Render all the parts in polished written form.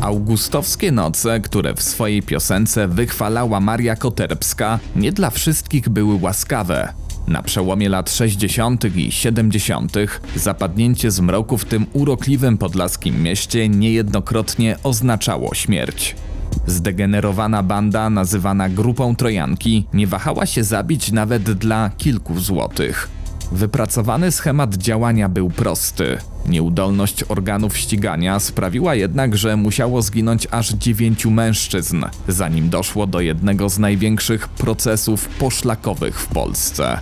Augustowskie noce, które w swojej piosence wychwalała Maria Koterbska, nie dla wszystkich były łaskawe. Na przełomie lat 60. i 70. zapadnięcie zmroku w tym urokliwym podlaskim mieście niejednokrotnie oznaczało śmierć. Zdegenerowana banda, nazywana Grupą Trojanki, nie wahała się zabić nawet dla kilku złotych. Wypracowany schemat działania był prosty. Nieudolność organów ścigania sprawiła jednak, że musiało zginąć aż 9 mężczyzn, zanim doszło do jednego z największych procesów poszlakowych w Polsce.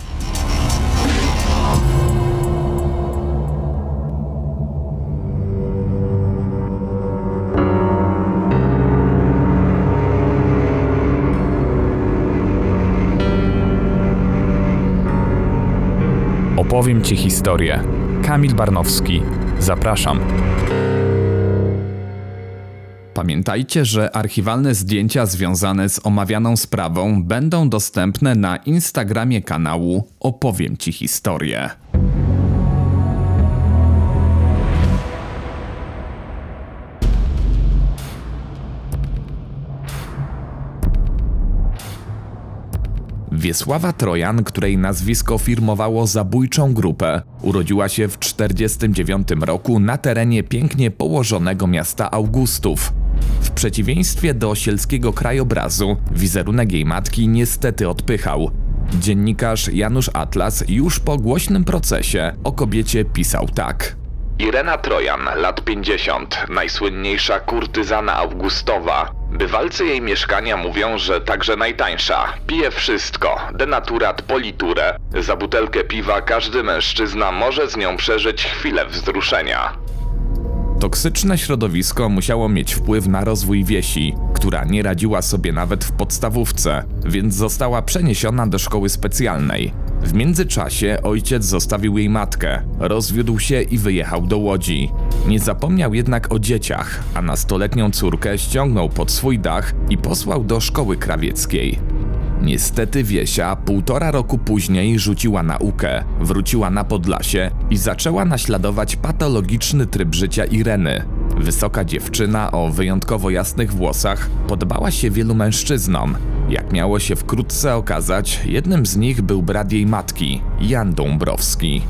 Opowiem Ci historię. Kamil Barnowski. Zapraszam. Pamiętajcie, że archiwalne zdjęcia związane z omawianą sprawą będą dostępne na Instagramie kanału Opowiem Ci historię. Wiesława Trojan, której nazwisko firmowało zabójczą grupę, urodziła się w 1949 roku na terenie pięknie położonego miasta Augustów. W przeciwieństwie do sielskiego krajobrazu, wizerunek jej matki niestety odpychał. Dziennikarz Janusz Atlas już po głośnym procesie o kobiecie pisał tak. Irena Trojan, lat 50, najsłynniejsza kurtyzana Augustowa. Bywalcy jej mieszkania mówią, że także najtańsza. Pije wszystko, denaturat, politurę. Za butelkę piwa każdy mężczyzna może z nią przeżyć chwilę wzruszenia. Toksyczne środowisko musiało mieć wpływ na rozwój Wiesi, która nie radziła sobie nawet w podstawówce, więc została przeniesiona do szkoły specjalnej. W międzyczasie ojciec zostawił jej matkę, rozwiódł się i wyjechał do Łodzi. Nie zapomniał jednak o dzieciach, a nastoletnią córkę ściągnął pod swój dach i posłał do szkoły krawieckiej. Niestety Wiesia 1,5 roku później rzuciła naukę, wróciła na Podlasie i zaczęła naśladować patologiczny tryb życia Ireny. Wysoka dziewczyna o wyjątkowo jasnych włosach podobała się wielu mężczyznom. Jak miało się wkrótce okazać, jednym z nich był brat jej matki, Jan Dąbrowski.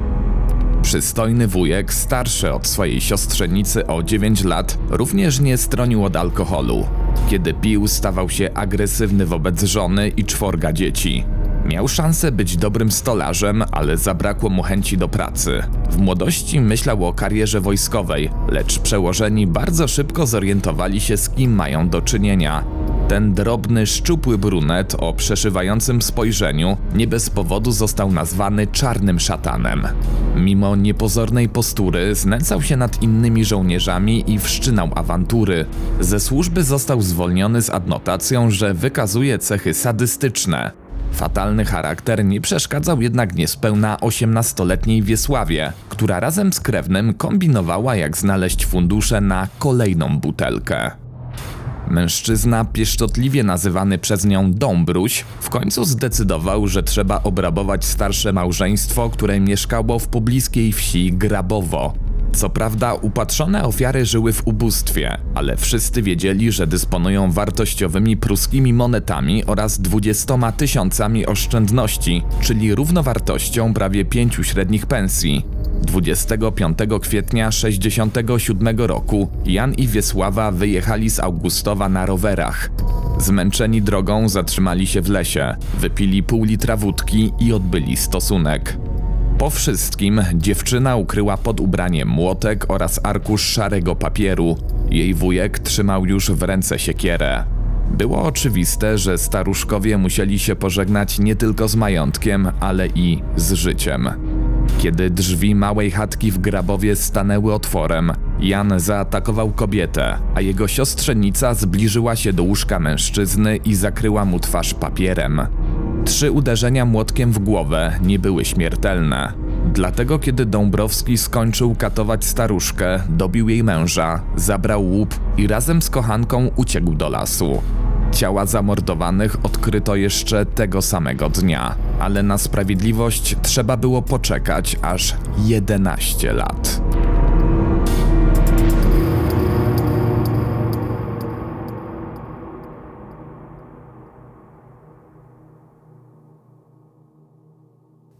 Przystojny wujek, starszy od swojej siostrzenicy o 9 lat, również nie stronił od alkoholu. Kiedy pił, stawał się agresywny wobec żony i 4 dzieci. Miał szansę być dobrym stolarzem, ale zabrakło mu chęci do pracy. W młodości myślał o karierze wojskowej, lecz przełożeni bardzo szybko zorientowali się, z kim mają do czynienia. Ten drobny, szczupły brunet o przeszywającym spojrzeniu nie bez powodu został nazwany czarnym szatanem. Mimo niepozornej postury znęcał się nad innymi żołnierzami i wszczynał awantury. Ze służby został zwolniony z adnotacją, że wykazuje cechy sadystyczne. Fatalny charakter nie przeszkadzał jednak niespełna 18-letniej Wiesławie, która razem z krewnym kombinowała, jak znaleźć fundusze na kolejną butelkę. Mężczyzna, pieszczotliwie nazywany przez nią Dąbruś, w końcu zdecydował, że trzeba obrabować starsze małżeństwo, które mieszkało w pobliskiej wsi Grabowo. Co prawda upatrzone ofiary żyły w ubóstwie, ale wszyscy wiedzieli, że dysponują wartościowymi pruskimi monetami oraz 20 000 oszczędności, czyli równowartością prawie 5 średnich pensji. 25 kwietnia 1967 roku Jan i Wiesława wyjechali z Augustowa na rowerach. Zmęczeni drogą zatrzymali się w lesie, wypili pół litra wódki i odbyli stosunek. Po wszystkim dziewczyna ukryła pod ubraniem młotek oraz arkusz szarego papieru. Jej wujek trzymał już w ręce siekierę. Było oczywiste, że staruszkowie musieli się pożegnać nie tylko z majątkiem, ale i z życiem. Kiedy drzwi małej chatki w Grabowie stanęły otworem, Jan zaatakował kobietę, a jego siostrzenica zbliżyła się do łóżka mężczyzny i zakryła mu twarz papierem. 3 uderzenia młotkiem w głowę nie były śmiertelne. Dlatego kiedy Dąbrowski skończył katować staruszkę, dobił jej męża, zabrał łup i razem z kochanką uciekł do lasu. Ciała zamordowanych odkryto jeszcze tego samego dnia, ale na sprawiedliwość trzeba było poczekać aż 11 lat.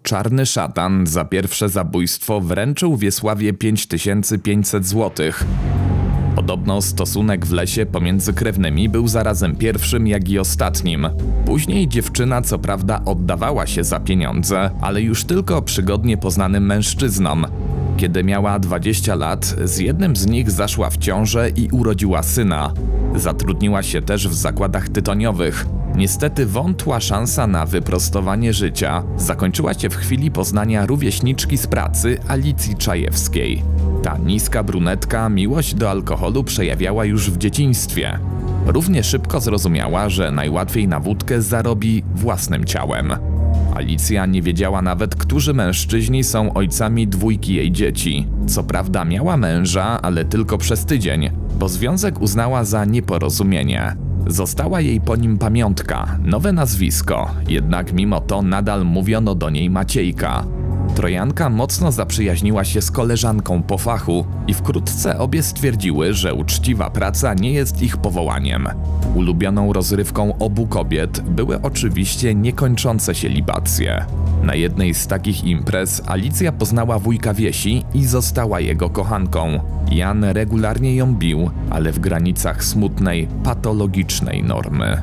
Czarny Szatan za pierwsze zabójstwo wręczył Wiesławie 5500 zł. Podobno stosunek w lesie pomiędzy krewnymi był zarazem pierwszym, jak i ostatnim. Później dziewczyna co prawda oddawała się za pieniądze, ale już tylko przygodnie poznanym mężczyznom. Kiedy miała 20 lat, z jednym z nich zaszła w ciążę i urodziła syna. Zatrudniła się też w zakładach tytoniowych. Niestety wątła szansa na wyprostowanie życia zakończyła się w chwili poznania rówieśniczki z pracy Alicji Czajewskiej. Ta niska brunetka miłość do alkoholu przejawiała już w dzieciństwie. Równie szybko zrozumiała, że najłatwiej na wódkę zarobi własnym ciałem. Alicja nie wiedziała nawet, którzy mężczyźni są ojcami dwójki jej dzieci. Co prawda miała męża, ale tylko przez tydzień, bo związek uznała za nieporozumienie. Została jej po nim pamiątka, nowe nazwisko, jednak mimo to nadal mówiono do niej Maciejka. Trojanka mocno zaprzyjaźniła się z koleżanką po fachu i wkrótce obie stwierdziły, że uczciwa praca nie jest ich powołaniem. Ulubioną rozrywką obu kobiet były oczywiście niekończące się libacje. Na jednej z takich imprez Alicja poznała wujka Wiesi i została jego kochanką. Jan regularnie ją bił, ale w granicach smutnej, patologicznej normy.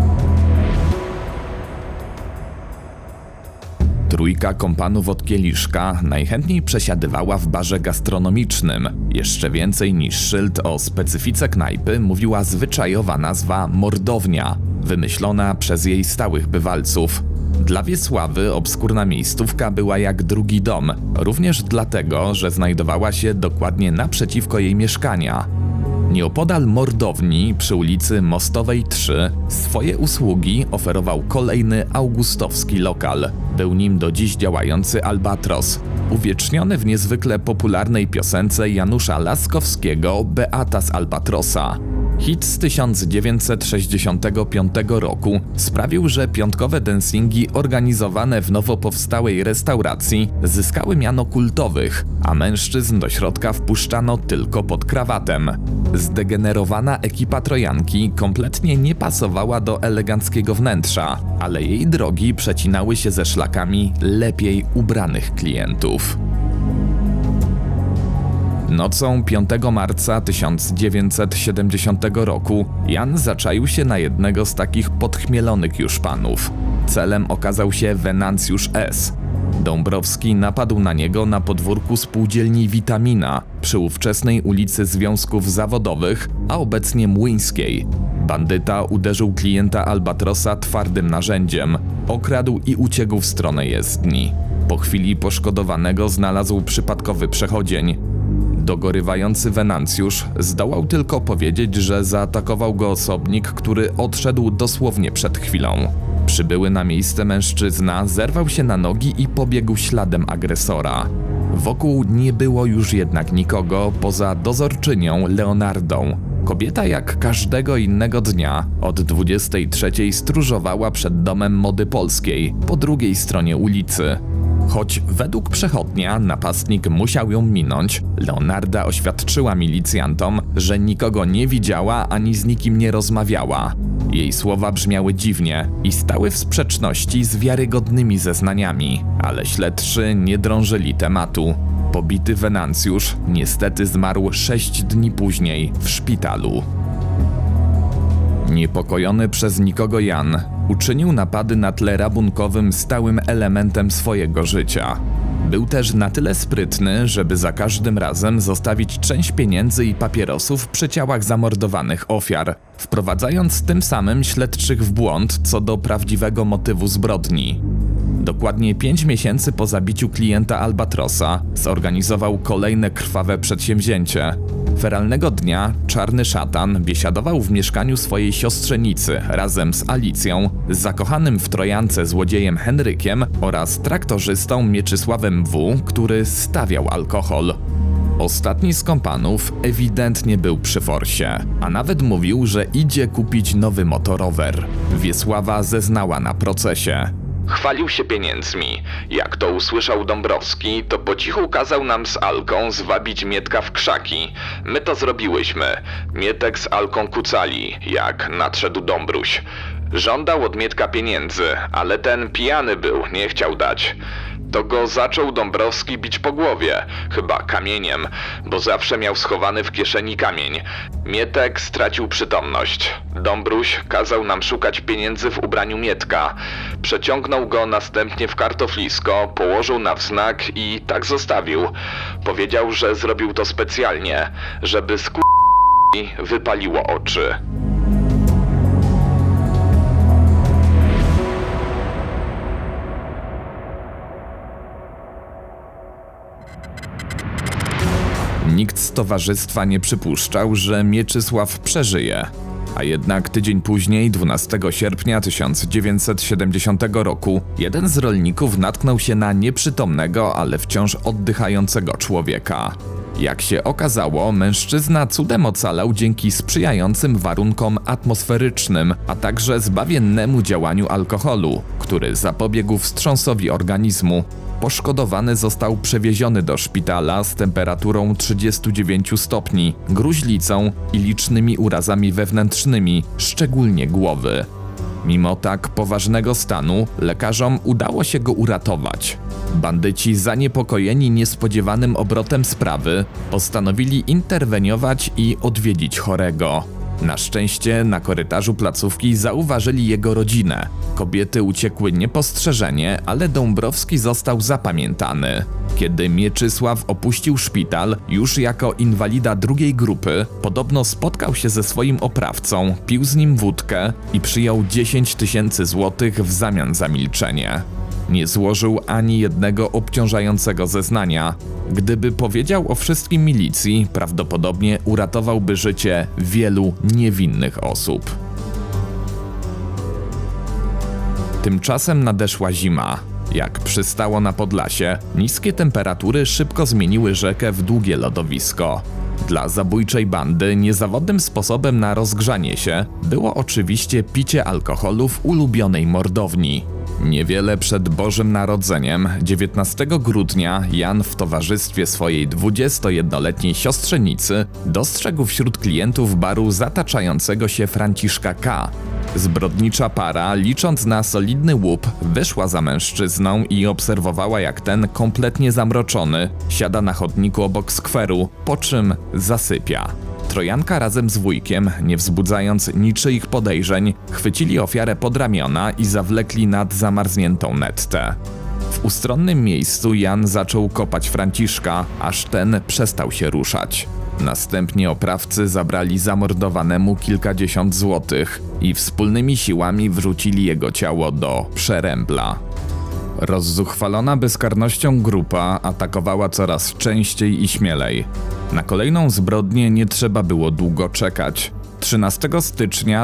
Trójka kompanów od kieliszka najchętniej przesiadywała w barze gastronomicznym. Jeszcze więcej niż szyld o specyfice knajpy mówiła zwyczajowa nazwa Mordownia, wymyślona przez jej stałych bywalców. Dla Wiesławy obskurna miejscówka była jak drugi dom, również dlatego, że znajdowała się dokładnie naprzeciwko jej mieszkania. Nieopodal Mordowni przy ulicy Mostowej 3 swoje usługi oferował kolejny augustowski lokal. Był nim do dziś działający Albatros, uwieczniony w niezwykle popularnej piosence Janusza Laskowskiego Beata z Albatrosa. Hit z 1965 roku sprawił, że piątkowe dancingi organizowane w nowo powstałej restauracji zyskały miano kultowych, a mężczyzn do środka wpuszczano tylko pod krawatem. Zdegenerowana ekipa Trojanki kompletnie nie pasowała do eleganckiego wnętrza, ale jej drogi przecinały się ze szlakami lepiej ubranych klientów. Nocą 5 marca 1970 roku Jan zaczaił się na jednego z takich podchmielonych już panów. Celem okazał się Wenancjusz S. Dąbrowski napadł na niego na podwórku spółdzielni Witamina przy ówczesnej ulicy Związków Zawodowych, a obecnie Młyńskiej. Bandyta uderzył klienta Albatrosa twardym narzędziem, okradł i uciekł w stronę jezdni. Po chwili poszkodowanego znalazł przypadkowy przechodzień. Dogorywający Wenancjusz zdołał tylko powiedzieć, że zaatakował go osobnik, który odszedł dosłownie przed chwilą. Przybyły na miejsce mężczyzna zerwał się na nogi i pobiegł śladem agresora. Wokół nie było już jednak nikogo poza dozorczynią Leonardą. Kobieta jak każdego innego dnia od 23:00 stróżowała przed domem Mody Polskiej po drugiej stronie ulicy. Choć według przechodnia napastnik musiał ją minąć, Leonarda oświadczyła milicjantom, że nikogo nie widziała ani z nikim nie rozmawiała. Jej słowa brzmiały dziwnie i stały w sprzeczności z wiarygodnymi zeznaniami, ale śledczy nie drążyli tematu. Pobity Wenancjusz niestety zmarł 6 dni później w szpitalu. Niepokojony przez nikogo Jan uczynił napady na tle rabunkowym stałym elementem swojego życia. Był też na tyle sprytny, żeby za każdym razem zostawić część pieniędzy i papierosów przy ciałach zamordowanych ofiar, wprowadzając tym samym śledczych w błąd co do prawdziwego motywu zbrodni. Dokładnie 5 miesięcy po zabiciu klienta Albatrosa zorganizował kolejne krwawe przedsięwzięcie. Feralnego dnia Czarny Szatan biesiadował w mieszkaniu swojej siostrzenicy razem z Alicją, zakochanym w Trojance złodziejem Henrykiem oraz traktorzystą Mieczysławem W., który stawiał alkohol. Ostatni z kompanów ewidentnie był przy forsie, a nawet mówił, że idzie kupić nowy motorower. Wiesława zeznała na procesie. Chwalił się pieniędzmi. Jak to usłyszał Dąbrowski, to po cichu kazał nam z Alką zwabić Mietka w krzaki. My to zrobiłyśmy. Mietek z Alką kucali, jak nadszedł Dąbruś. Żądał od Mietka pieniędzy, ale ten pijany był, nie chciał dać. to go zaczął Dąbrowski bić po głowie, chyba kamieniem, bo zawsze miał schowany w kieszeni kamień. Mietek stracił przytomność. Dąbruś kazał nam szukać pieniędzy w ubraniu Mietka. Przeciągnął go następnie w kartoflisko, położył na wznak i tak zostawił. Powiedział, że zrobił to specjalnie, żeby wypaliło oczy. Nikt z towarzystwa nie przypuszczał, że Mieczysław przeżyje. A jednak tydzień później, 12 sierpnia 1970 roku, jeden z rolników natknął się na nieprzytomnego, ale wciąż oddychającego człowieka. Jak się okazało, mężczyzna cudem ocalał dzięki sprzyjającym warunkom atmosferycznym, a także zbawiennemu działaniu alkoholu, który zapobiegł wstrząsowi organizmu. Poszkodowany został przewieziony do szpitala z temperaturą 39 stopni, gruźlicą i licznymi urazami wewnętrznymi, szczególnie głowy. Mimo tak poważnego stanu, lekarzom udało się go uratować. Bandyci, zaniepokojeni niespodziewanym obrotem sprawy, postanowili interweniować i odwiedzić chorego. Na szczęście na korytarzu placówki zauważyli jego rodzinę. Kobiety uciekły niepostrzeżenie, ale Dąbrowski został zapamiętany. Kiedy Mieczysław opuścił szpital, już jako inwalida drugiej grupy, podobno spotkał się ze swoim oprawcą, pił z nim wódkę i przyjął 10 000 złotych w zamian za milczenie. Nie złożył ani jednego obciążającego zeznania. Gdyby powiedział o wszystkim milicji, prawdopodobnie uratowałby życie wielu niewinnych osób. Tymczasem nadeszła zima. Jak przystało na Podlasie, niskie temperatury szybko zmieniły rzekę w długie lodowisko. Dla zabójczej bandy niezawodnym sposobem na rozgrzanie się było oczywiście picie alkoholu w ulubionej mordowni. Niewiele przed Bożym Narodzeniem, 19 grudnia, Jan w towarzystwie swojej 21-letniej siostrzenicy dostrzegł wśród klientów baru zataczającego się Franciszka K. Zbrodnicza para, licząc na solidny łup, wyszła za mężczyzną i obserwowała, jak ten, kompletnie zamroczony, siada na chodniku obok skweru, po czym zasypia. Trojanka razem z wujkiem, nie wzbudzając niczyich podejrzeń, chwycili ofiarę pod ramiona i zawlekli nad zamarzniętą nettę. W ustronnym miejscu Jan zaczął kopać Franciszka, aż ten przestał się ruszać. Następnie oprawcy zabrali zamordowanemu kilkadziesiąt złotych i wspólnymi siłami wrzucili jego ciało do Przerębla. Rozzuchwalona bezkarnością grupa atakowała coraz częściej i śmielej. Na kolejną zbrodnię nie trzeba było długo czekać. 13 stycznia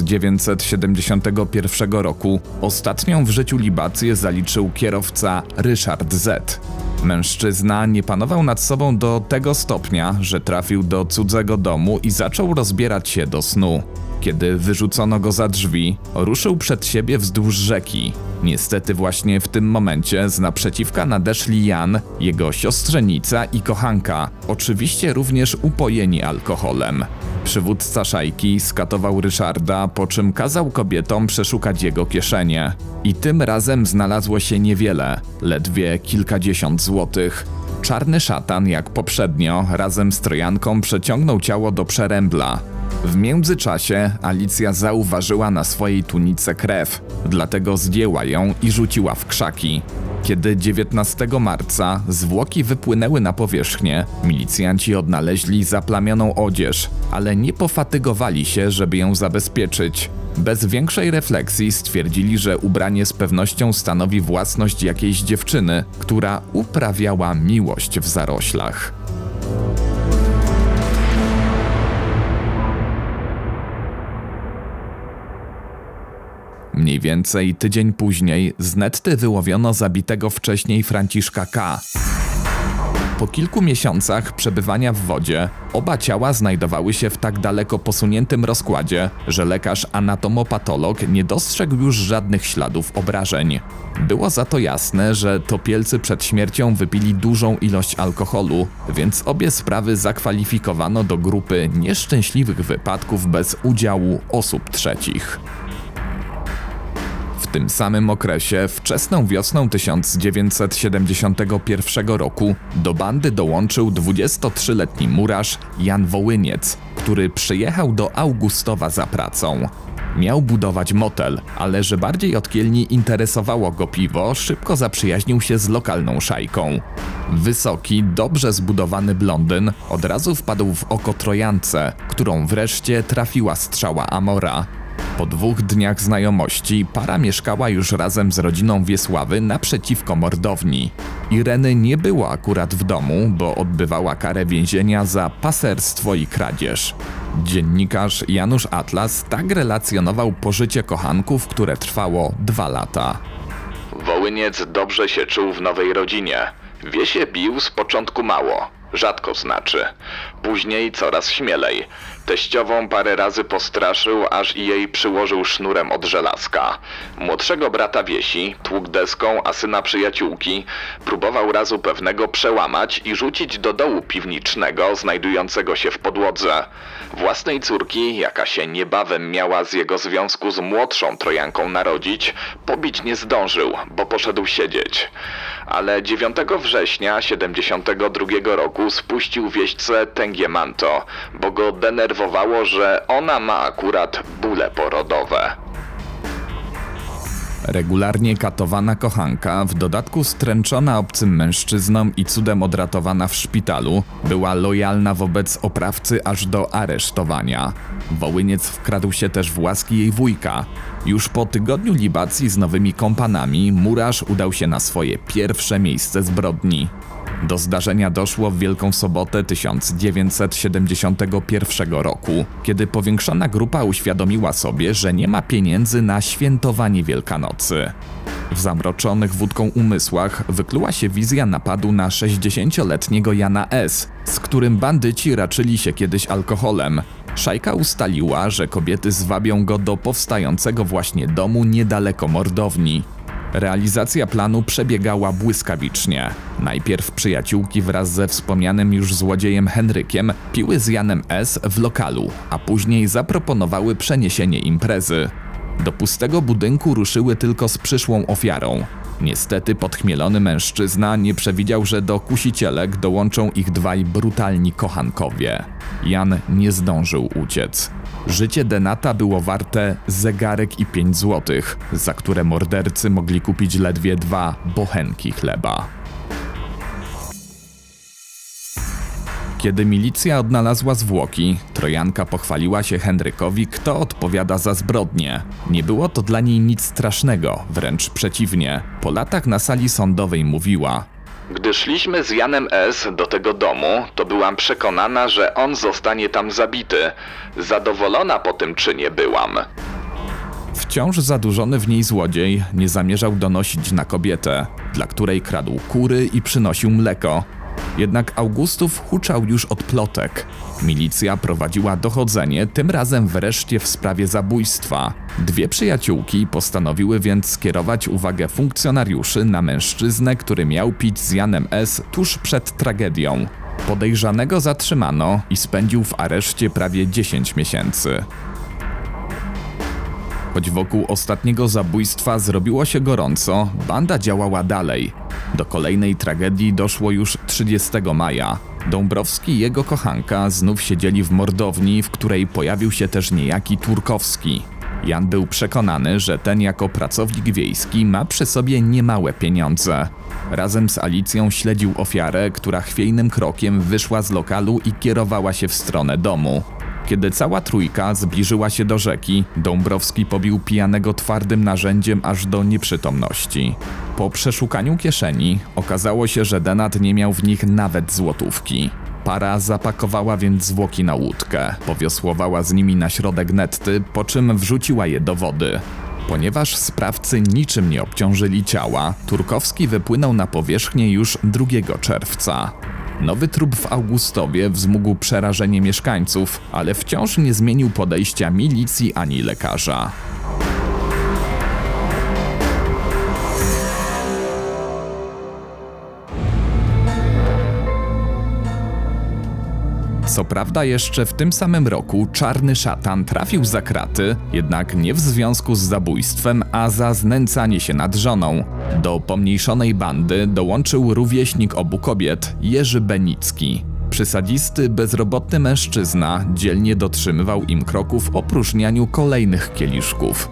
1971 roku ostatnią w życiu libację zaliczył kierowca Ryszard Z. Mężczyzna nie panował nad sobą do tego stopnia, że trafił do cudzego domu i zaczął rozbierać się do snu. Kiedy wyrzucono go za drzwi, ruszył przed siebie wzdłuż rzeki. Niestety właśnie w tym momencie z naprzeciwka nadeszli Jan, jego siostrzenica i kochanka, oczywiście również upojeni alkoholem. Przywódca szajki skatował Ryszarda, po czym kazał kobietom przeszukać jego kieszenie. I tym razem znalazło się niewiele, ledwie kilkadziesiąt złotych. Czarny szatan, jak poprzednio, razem z Trojanką przeciągnął ciało do Przerębla. W międzyczasie Alicja zauważyła na swojej tunice krew, dlatego zdjęła ją i rzuciła w krzaki. Kiedy 19 marca zwłoki wypłynęły na powierzchnię, milicjanci odnaleźli zaplamioną odzież, ale nie pofatygowali się, żeby ją zabezpieczyć. Bez większej refleksji stwierdzili, że ubranie z pewnością stanowi własność jakiejś dziewczyny, która uprawiała miłość w zaroślach. Mniej więcej tydzień później z netty wyłowiono zabitego wcześniej Franciszka K. Po kilku miesiącach przebywania w wodzie oba ciała znajdowały się w tak daleko posuniętym rozkładzie, że lekarz anatomopatolog nie dostrzegł już żadnych śladów obrażeń. Było za to jasne, że topielcy przed śmiercią wypili dużą ilość alkoholu, więc obie sprawy zakwalifikowano do grupy nieszczęśliwych wypadków bez udziału osób trzecich. W W tym samym okresie, wczesną wiosną 1971 roku, do bandy dołączył 23-letni murarz Jan Wołyniec, który przyjechał do Augustowa za pracą. Miał budować motel, ale że bardziej od Kielni interesowało go piwo, szybko zaprzyjaźnił się z lokalną szajką. Wysoki, dobrze zbudowany blondyn od razu wpadł w oko Trojance, którą wreszcie trafiła strzała Amora. Po 2 dniach znajomości para mieszkała już razem z rodziną Wiesławy naprzeciwko mordowni. Ireny nie było akurat w domu, bo odbywała karę więzienia za paserstwo i kradzież. Dziennikarz Janusz Atlas tak relacjonował pożycie kochanków, które trwało 2 lata. Wołyniec dobrze się czuł w nowej rodzinie. Wiesie bił z początku mało, rzadko znaczy. Później coraz śmielej. Teściową parę razy postraszył, aż i jej przyłożył sznurem od żelazka. Młodszego brata Wiesi tłukł deską, a syna przyjaciółki próbował razu pewnego przełamać i rzucić do dołu piwniczego znajdującego się w podłodze. Własnej córki, jaka się niebawem miała z jego związku z młodszą Trojanką narodzić, pobić nie zdążył, bo poszedł siedzieć. Ale 9 września 1972 roku spuścił wieśćce tęgie manto, bo go denerwowało, że ona ma akurat bóle porodowe. Regularnie katowana kochanka, w dodatku stręczona obcym mężczyznom i cudem odratowana w szpitalu, była lojalna wobec oprawcy aż do aresztowania. Wołyniec wkradł się też w łaski jej wujka. Już po tygodniu libacji z nowymi kompanami murarz udał się na swoje pierwsze miejsce zbrodni. Do zdarzenia doszło w Wielką Sobotę 1971 roku, kiedy powiększona grupa uświadomiła sobie, że nie ma pieniędzy na świętowanie Wielkanocy. W zamroczonych wódką umysłach wykluła się wizja napadu na 60-letniego Jana S., z którym bandyci raczyli się kiedyś alkoholem. Szajka ustaliła, że kobiety zwabią go do powstającego właśnie domu niedaleko mordowni. Realizacja planu przebiegała błyskawicznie. Najpierw przyjaciółki wraz ze wspomnianym już złodziejem Henrykiem piły z Janem S. w lokalu, a później zaproponowały przeniesienie imprezy. Do pustego budynku ruszyły tylko z przyszłą ofiarą. Niestety podchmielony mężczyzna nie przewidział, że do kusicielek dołączą ich 2 brutalni kochankowie. Jan nie zdążył uciec. Życie denata było warte zegarek i 5 złotych, za które mordercy mogli kupić ledwie 2 bochenki chleba. Kiedy milicja odnalazła zwłoki, Trojanka pochwaliła się Henrykowi, kto odpowiada za zbrodnię. Nie było to dla niej nic strasznego, wręcz przeciwnie. Po latach na sali sądowej mówiła: Gdy szliśmy z Janem S. do tego domu, to byłam przekonana, że on zostanie tam zabity. Zadowolona po tym czynie byłam. Wciąż zadłużony w niej złodziej nie zamierzał donosić na kobietę, dla której kradł kury i przynosił mleko. Jednak Augustów huczał już od plotek. Milicja prowadziła dochodzenie, tym razem wreszcie w sprawie zabójstwa. 2 przyjaciółki postanowiły więc skierować uwagę funkcjonariuszy na mężczyznę, który miał pić z Janem S. tuż przed tragedią. Podejrzanego zatrzymano i spędził w areszcie prawie 10 miesięcy. Choć wokół ostatniego zabójstwa zrobiło się gorąco, banda działała dalej. Do kolejnej tragedii doszło już 30 maja. Dąbrowski i jego kochanka znów siedzieli w mordowni, w której pojawił się też niejaki Turkowski. Jan był przekonany, że ten jako pracownik wiejski ma przy sobie niemałe pieniądze. Razem z Alicją śledził ofiarę, która chwiejnym krokiem wyszła z lokalu i kierowała się w stronę domu. Kiedy cała trójka zbliżyła się do rzeki, Dąbrowski pobił pijanego twardym narzędziem aż do nieprzytomności. Po przeszukaniu kieszeni okazało się, że denat nie miał w nich nawet złotówki. Para zapakowała więc zwłoki na łódkę, powiosłowała z nimi na środek Netty, po czym wrzuciła je do wody. Ponieważ sprawcy niczym nie obciążyli ciała, Turkowski wypłynął na powierzchnię już 2 czerwca. Nowy trup w Augustowie wzmógł przerażenie mieszkańców, ale wciąż nie zmienił podejścia milicji ani lekarza. Co prawda jeszcze w tym samym roku czarny szatan trafił za kraty, jednak nie w związku z zabójstwem, a za znęcanie się nad żoną. Do pomniejszonej bandy dołączył rówieśnik obu kobiet, Jerzy Benicki. Przysadzisty, bezrobotny mężczyzna dzielnie dotrzymywał im kroku w opróżnianiu kolejnych kieliszków.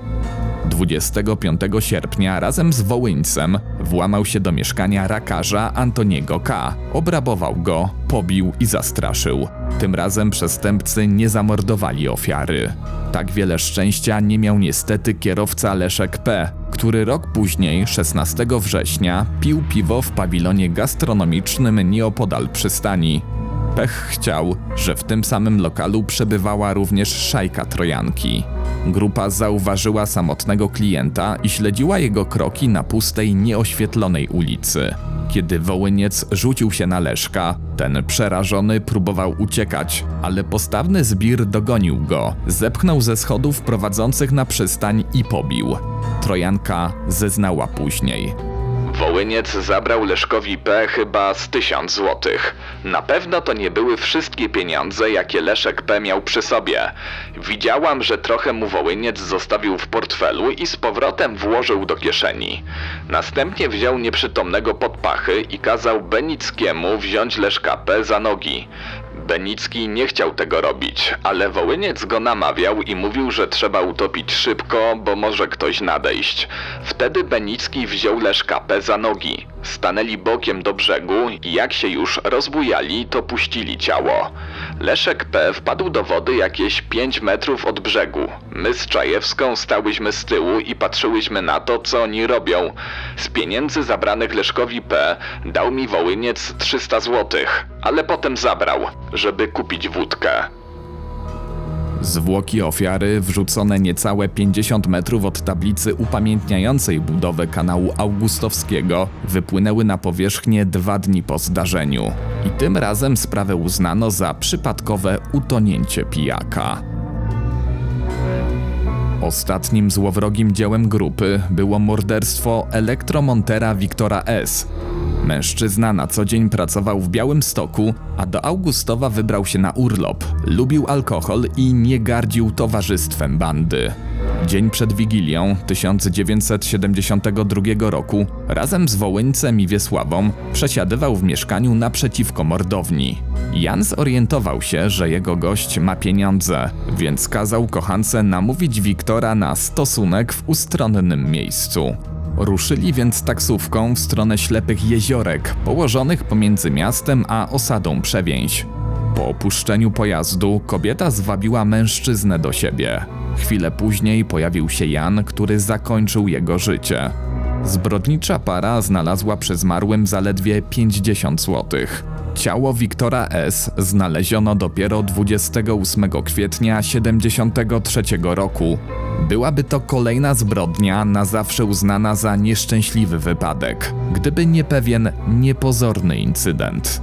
25 sierpnia razem z Wołyńcem włamał się do mieszkania rakarza Antoniego K., obrabował go, pobił i zastraszył. Tym razem przestępcy nie zamordowali ofiary. Tak wiele szczęścia nie miał niestety kierowca Leszek P., który rok później, 16 września, pił piwo w pawilonie gastronomicznym nieopodal przystani. Pech chciał, że w tym samym lokalu przebywała również szajka Trojanki. Grupa zauważyła samotnego klienta i śledziła jego kroki na pustej, nieoświetlonej ulicy. Kiedy Wołyniec rzucił się na Leszka, ten przerażony próbował uciekać, ale postawny zbir dogonił go, zepchnął ze schodów prowadzących na przystań i pobił. Trojanka zeznała później. Wołyniec zabrał Leszkowi P. chyba z 1000 złotych. Na pewno to nie były wszystkie pieniądze, jakie Leszek P. miał przy sobie. Widziałam, że trochę mu Wołyniec zostawił w portfelu i z powrotem włożył do kieszeni. Następnie wziął nieprzytomnego pod pachy i kazał Benickiemu wziąć Leszka P. za nogi. Benicki nie chciał tego robić, ale Wołyniec go namawiał i mówił, że trzeba utopić szybko, bo może ktoś nadejść. Wtedy Benicki wziął Leszka P. za nogi. Stanęli bokiem do brzegu i jak się już rozbujali, to puścili ciało. Leszek P. wpadł do wody jakieś 5 metrów od brzegu. My z Czajewską stałyśmy z tyłu i patrzyłyśmy na to, co oni robią. Z pieniędzy zabranych Leszkowi P. dał mi Wołyniec 300 złotych, ale potem zabrał, żeby kupić wódkę. Zwłoki ofiary, wrzucone niecałe 50 metrów od tablicy upamiętniającej budowę kanału Augustowskiego, wypłynęły na powierzchnię 2 dni po zdarzeniu. I tym razem sprawę uznano za przypadkowe utonięcie pijaka. Ostatnim złowrogim dziełem grupy było morderstwo elektromontera Wiktora S. Mężczyzna na co dzień pracował w Białymstoku, a do Augustowa wybrał się na urlop. Lubił alkohol i nie gardził towarzystwem bandy. Dzień przed Wigilią 1972 roku razem z Wołyńcem i Wiesławą przesiadywał w mieszkaniu naprzeciwko mordowni. Jan zorientował się, że jego gość ma pieniądze, więc kazał kochance namówić Wiktora na stosunek w ustronnym miejscu. Ruszyli więc taksówką w stronę Ślepych Jeziorek, położonych pomiędzy miastem a osadą Przewięź. Po opuszczeniu pojazdu kobieta zwabiła mężczyznę do siebie. Chwilę później pojawił się Jan, który zakończył jego życie. Zbrodnicza para znalazła przy zmarłym zaledwie 50 złotych. Ciało Wiktora S. znaleziono dopiero 28 kwietnia 1973 roku. Byłaby to kolejna zbrodnia na zawsze uznana za nieszczęśliwy wypadek, gdyby nie pewien niepozorny incydent.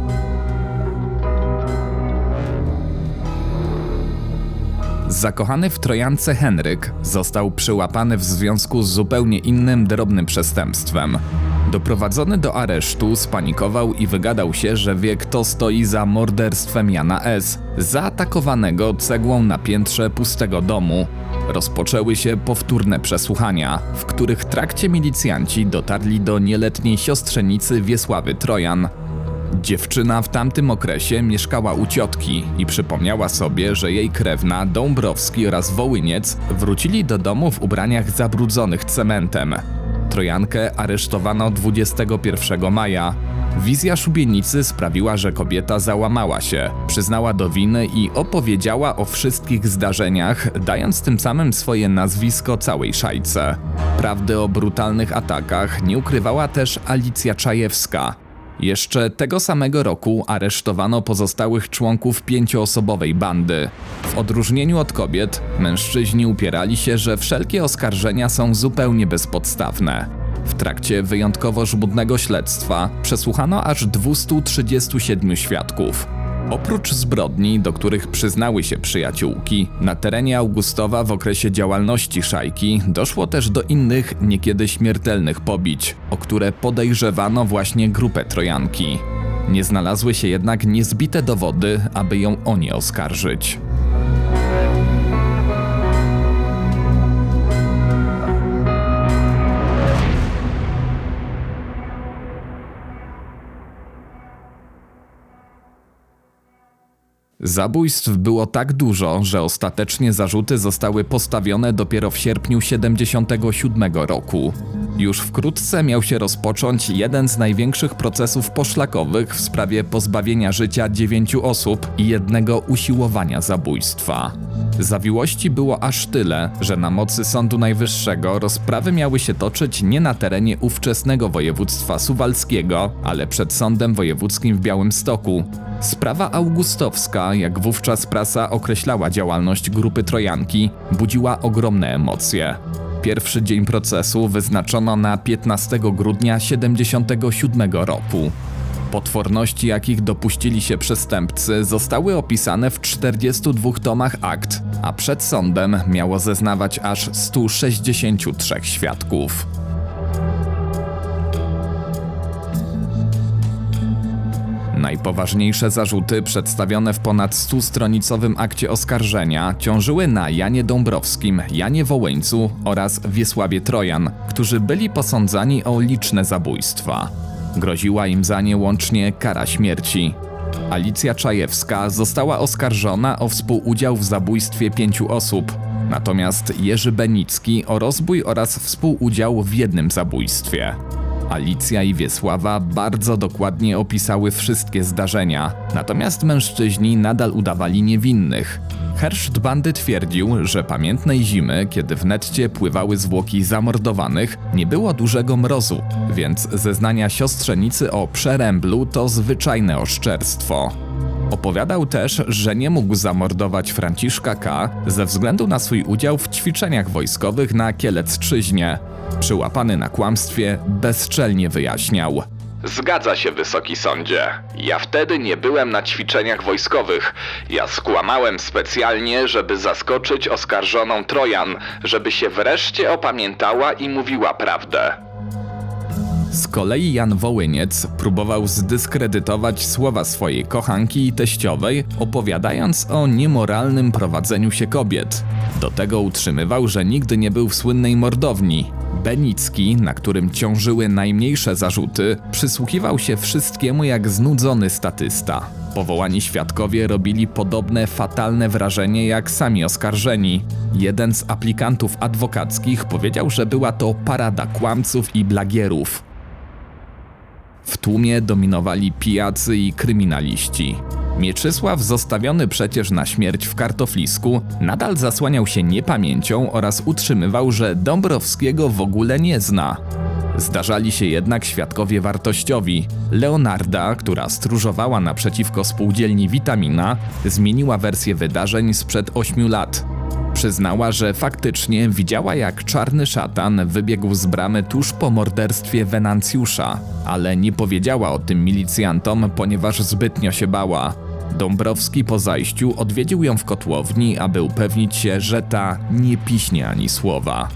Zakochany w Trojance Henryk został przyłapany w związku z zupełnie innym drobnym przestępstwem. Doprowadzony do aresztu, spanikował i wygadał się, że wie, kto stoi za morderstwem Jana S., zaatakowanego cegłą na piętrze pustego domu. Rozpoczęły się powtórne przesłuchania, w których trakcie milicjanci dotarli do nieletniej siostrzenicy Wiesławy Trojan. Dziewczyna w tamtym okresie mieszkała u ciotki i przypomniała sobie, że jej krewna Dąbrowski oraz Wołyniec wrócili do domu w ubraniach zabrudzonych cementem. Trojankę aresztowano 21 maja. Wizja szubienicy sprawiła, że kobieta załamała się, przyznała do winy i opowiedziała o wszystkich zdarzeniach, dając tym samym swoje nazwisko całej szajce. Prawdy o brutalnych atakach nie ukrywała też Alicja Czajewska. Jeszcze tego samego roku aresztowano pozostałych członków 5-osobowej bandy. W odróżnieniu od kobiet, mężczyźni upierali się, że wszelkie oskarżenia są zupełnie bezpodstawne. W trakcie wyjątkowo żmudnego śledztwa przesłuchano aż 237 świadków. Oprócz zbrodni, do których przyznały się przyjaciółki, na terenie Augustowa w okresie działalności szajki doszło też do innych, niekiedy śmiertelnych pobić, o które podejrzewano właśnie grupę Trojanki. Nie znalazły się jednak niezbite dowody, aby ją o nie oskarżyć. Zabójstw było tak dużo, że ostatecznie zarzuty zostały postawione dopiero w sierpniu 1977 roku. Już wkrótce miał się rozpocząć jeden z największych procesów poszlakowych w sprawie pozbawienia życia 9 osób i jednego usiłowania zabójstwa. Zawiłości było aż tyle, że na mocy Sądu Najwyższego rozprawy miały się toczyć nie na terenie ówczesnego województwa suwalskiego, ale przed Sądem Wojewódzkim w Białymstoku. Sprawa augustowska, jak wówczas prasa określała działalność grupy Trojanki, budziła ogromne emocje. Pierwszy dzień procesu wyznaczono na 15 grudnia 1977 roku. Potworności, jakich dopuścili się przestępcy, zostały opisane w 42 tomach akt, a przed sądem miało zeznawać aż 163 świadków. Najpoważniejsze zarzuty przedstawione w ponad 100-stronicowym akcie oskarżenia ciążyły na Janie Dąbrowskim, Janie Wołyńcu oraz Wiesławie Trojan, którzy byli posądzani o liczne zabójstwa. Groziła im za nie łącznie kara śmierci. Alicja Czajewska została oskarżona o współudział w zabójstwie 5 osób, natomiast Jerzy Benicki o rozbój oraz współudział w jednym zabójstwie. Alicja i Wiesława bardzo dokładnie opisały wszystkie zdarzenia, natomiast mężczyźni nadal udawali niewinnych. Herszt bandy twierdził, że pamiętnej zimy, kiedy w netcie pływały zwłoki zamordowanych, nie było dużego mrozu, więc zeznania siostrzenicy o przeręblu to zwyczajne oszczerstwo. Opowiadał też, że nie mógł zamordować Franciszka K. ze względu na swój udział w ćwiczeniach wojskowych na Kielecczyźnie. Przyłapany na kłamstwie, bezczelnie wyjaśniał: Zgadza się, Wysoki Sądzie. Ja wtedy nie byłem na ćwiczeniach wojskowych. Ja skłamałem specjalnie, żeby zaskoczyć oskarżoną Trojan, żeby się wreszcie opamiętała i mówiła prawdę. Z kolei Jan Wołyniec próbował zdyskredytować słowa swojej kochanki i teściowej, opowiadając o niemoralnym prowadzeniu się kobiet. Do tego utrzymywał, że nigdy nie był w słynnej mordowni. Benicki, na którym ciążyły najmniejsze zarzuty, przysłuchiwał się wszystkiemu jak znudzony statysta. Powołani świadkowie robili podobne fatalne wrażenie jak sami oskarżeni. Jeden z aplikantów adwokackich powiedział, że była to parada kłamców i blagierów. W tłumie dominowali pijacy i kryminaliści. Mieczysław, zostawiony przecież na śmierć w kartoflisku, nadal zasłaniał się niepamięcią oraz utrzymywał, że Dąbrowskiego w ogóle nie zna. Zdarzali się jednak świadkowie wartościowi. Leonarda, która stróżowała naprzeciwko spółdzielni Witamina, zmieniła wersję wydarzeń sprzed 8 lat. Przyznała, że faktycznie widziała, jak czarny szatan wybiegł z bramy tuż po morderstwie Wenancjusza, ale nie powiedziała o tym milicjantom, ponieważ zbytnio się bała. Dąbrowski po zajściu odwiedził ją w kotłowni, aby upewnić się, że ta nie piśnie ani słowa.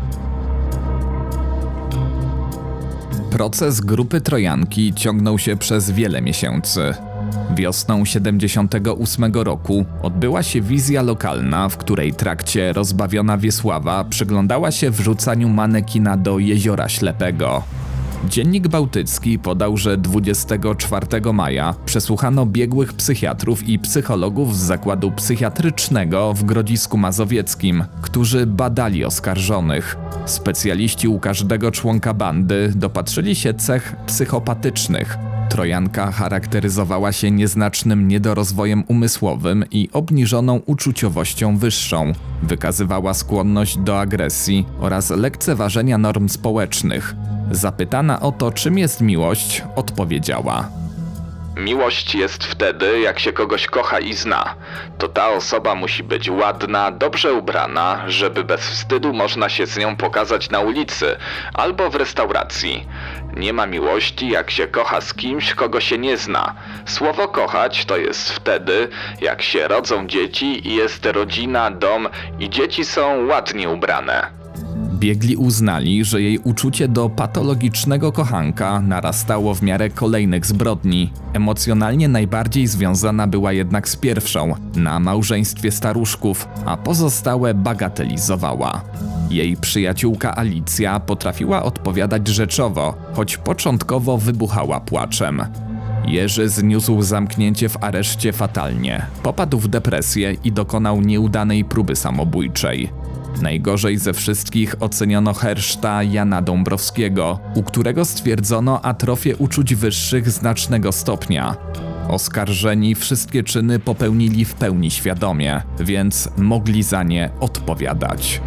Proces grupy Trojanki ciągnął się przez wiele miesięcy. Wiosną 1978 roku odbyła się wizja lokalna, w której trakcie rozbawiona Wiesława przyglądała się wrzucaniu manekina do Jeziora Ślepego. Dziennik Bałtycki podał, że 24 maja przesłuchano biegłych psychiatrów i psychologów z zakładu psychiatrycznego w Grodzisku Mazowieckim, którzy badali oskarżonych. Specjaliści u każdego członka bandy dopatrzyli się cech psychopatycznych. Trojanka charakteryzowała się nieznacznym niedorozwojem umysłowym i obniżoną uczuciowością wyższą. Wykazywała skłonność do agresji oraz lekceważenia norm społecznych. Zapytana o to, czym jest miłość, odpowiedziała: Miłość jest wtedy, jak się kogoś kocha i zna. To ta osoba musi być ładna, dobrze ubrana, żeby bez wstydu można się z nią pokazać na ulicy albo w restauracji. Nie ma miłości, jak się kocha z kimś, kogo się nie zna. Słowo kochać to jest wtedy, jak się rodzą dzieci i jest rodzina, dom i dzieci są ładnie ubrane. Biegli uznali, że jej uczucie do patologicznego kochanka narastało w miarę kolejnych zbrodni. Emocjonalnie najbardziej związana była jednak z pierwszą, na małżeństwie staruszków, a pozostałe bagatelizowała. Jej przyjaciółka Alicja potrafiła odpowiadać rzeczowo, choć początkowo wybuchała płaczem. Jerzy zniósł zamknięcie w areszcie fatalnie, popadł w depresję i dokonał nieudanej próby samobójczej. Najgorzej ze wszystkich oceniono herszta Jana Dąbrowskiego, u którego stwierdzono atrofię uczuć wyższych znacznego stopnia. Oskarżeni wszystkie czyny popełnili w pełni świadomie, więc mogli za nie odpowiadać.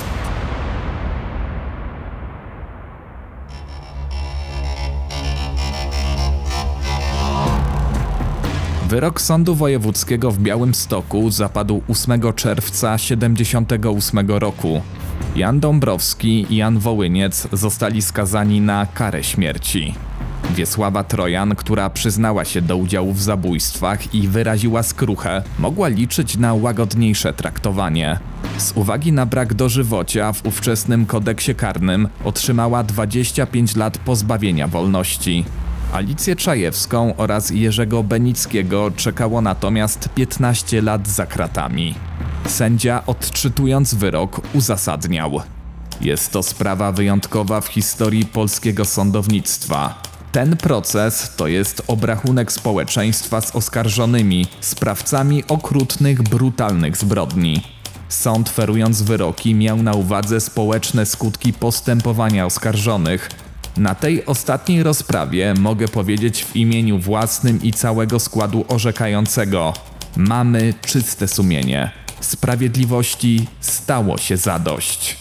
Wyrok Sądu Wojewódzkiego w Białymstoku zapadł 8 czerwca 1978 roku. Jan Dąbrowski i Jan Wołyniec zostali skazani na karę śmierci. Wiesława Trojan, która przyznała się do udziału w zabójstwach i wyraziła skruchę, mogła liczyć na łagodniejsze traktowanie. Z uwagi na brak dożywocia w ówczesnym kodeksie karnym otrzymała 25 lat pozbawienia wolności. Alicję Czajewską oraz Jerzego Benickiego czekało natomiast 15 lat za kratami. Sędzia, odczytując wyrok, uzasadniał: jest to sprawa wyjątkowa w historii polskiego sądownictwa. Ten proces to jest obrachunek społeczeństwa z oskarżonymi, sprawcami okrutnych, brutalnych zbrodni. Sąd, ferując wyroki, miał na uwadze społeczne skutki postępowania oskarżonych. Na tej ostatniej rozprawie mogę powiedzieć w imieniu własnym i całego składu orzekającego: mamy czyste sumienie. Sprawiedliwości stało się zadość.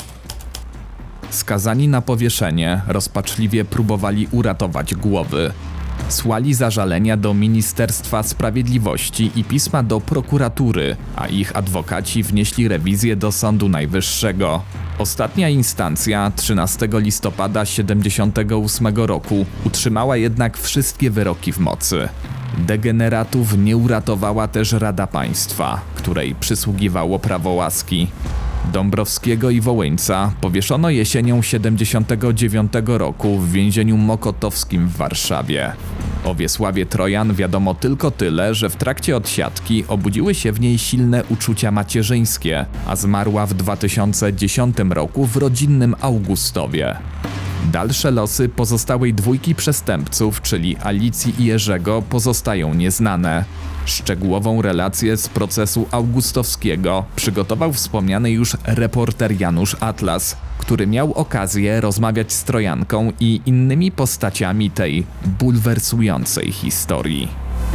Skazani na powieszenie rozpaczliwie próbowali uratować głowy. Słali zażalenia do Ministerstwa Sprawiedliwości i pisma do prokuratury, a ich adwokaci wnieśli rewizję do Sądu Najwyższego. Ostatnia instancja 13 listopada 1978 roku utrzymała jednak wszystkie wyroki w mocy. Degeneratów nie uratowała też Rada Państwa, której przysługiwało prawo łaski. Dąbrowskiego i Wołyńca powieszono jesienią 1979 roku w więzieniu mokotowskim w Warszawie. O Wiesławie Trojan wiadomo tylko tyle, że w trakcie odsiadki obudziły się w niej silne uczucia macierzyńskie, a zmarła w 2010 roku w rodzinnym Augustowie. Dalsze losy pozostałej dwójki przestępców, czyli Alicji i Jerzego, pozostają nieznane. Szczegółową relację z procesu augustowskiego przygotował wspomniany już reporter Janusz Atlas, który miał okazję rozmawiać z Trojanką i innymi postaciami tej bulwersującej historii.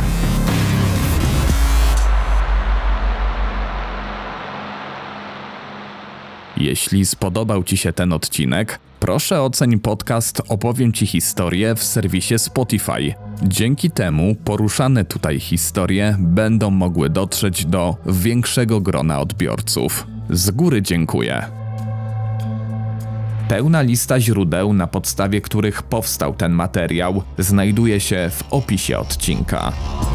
Jeśli spodobał Ci się ten odcinek, proszę oceń podcast Opowiem Ci historię w serwisie Spotify. Dzięki temu poruszane tutaj historie będą mogły dotrzeć do większego grona odbiorców. Z góry dziękuję. Pełna lista źródeł, na podstawie których powstał ten materiał, znajduje się w opisie odcinka.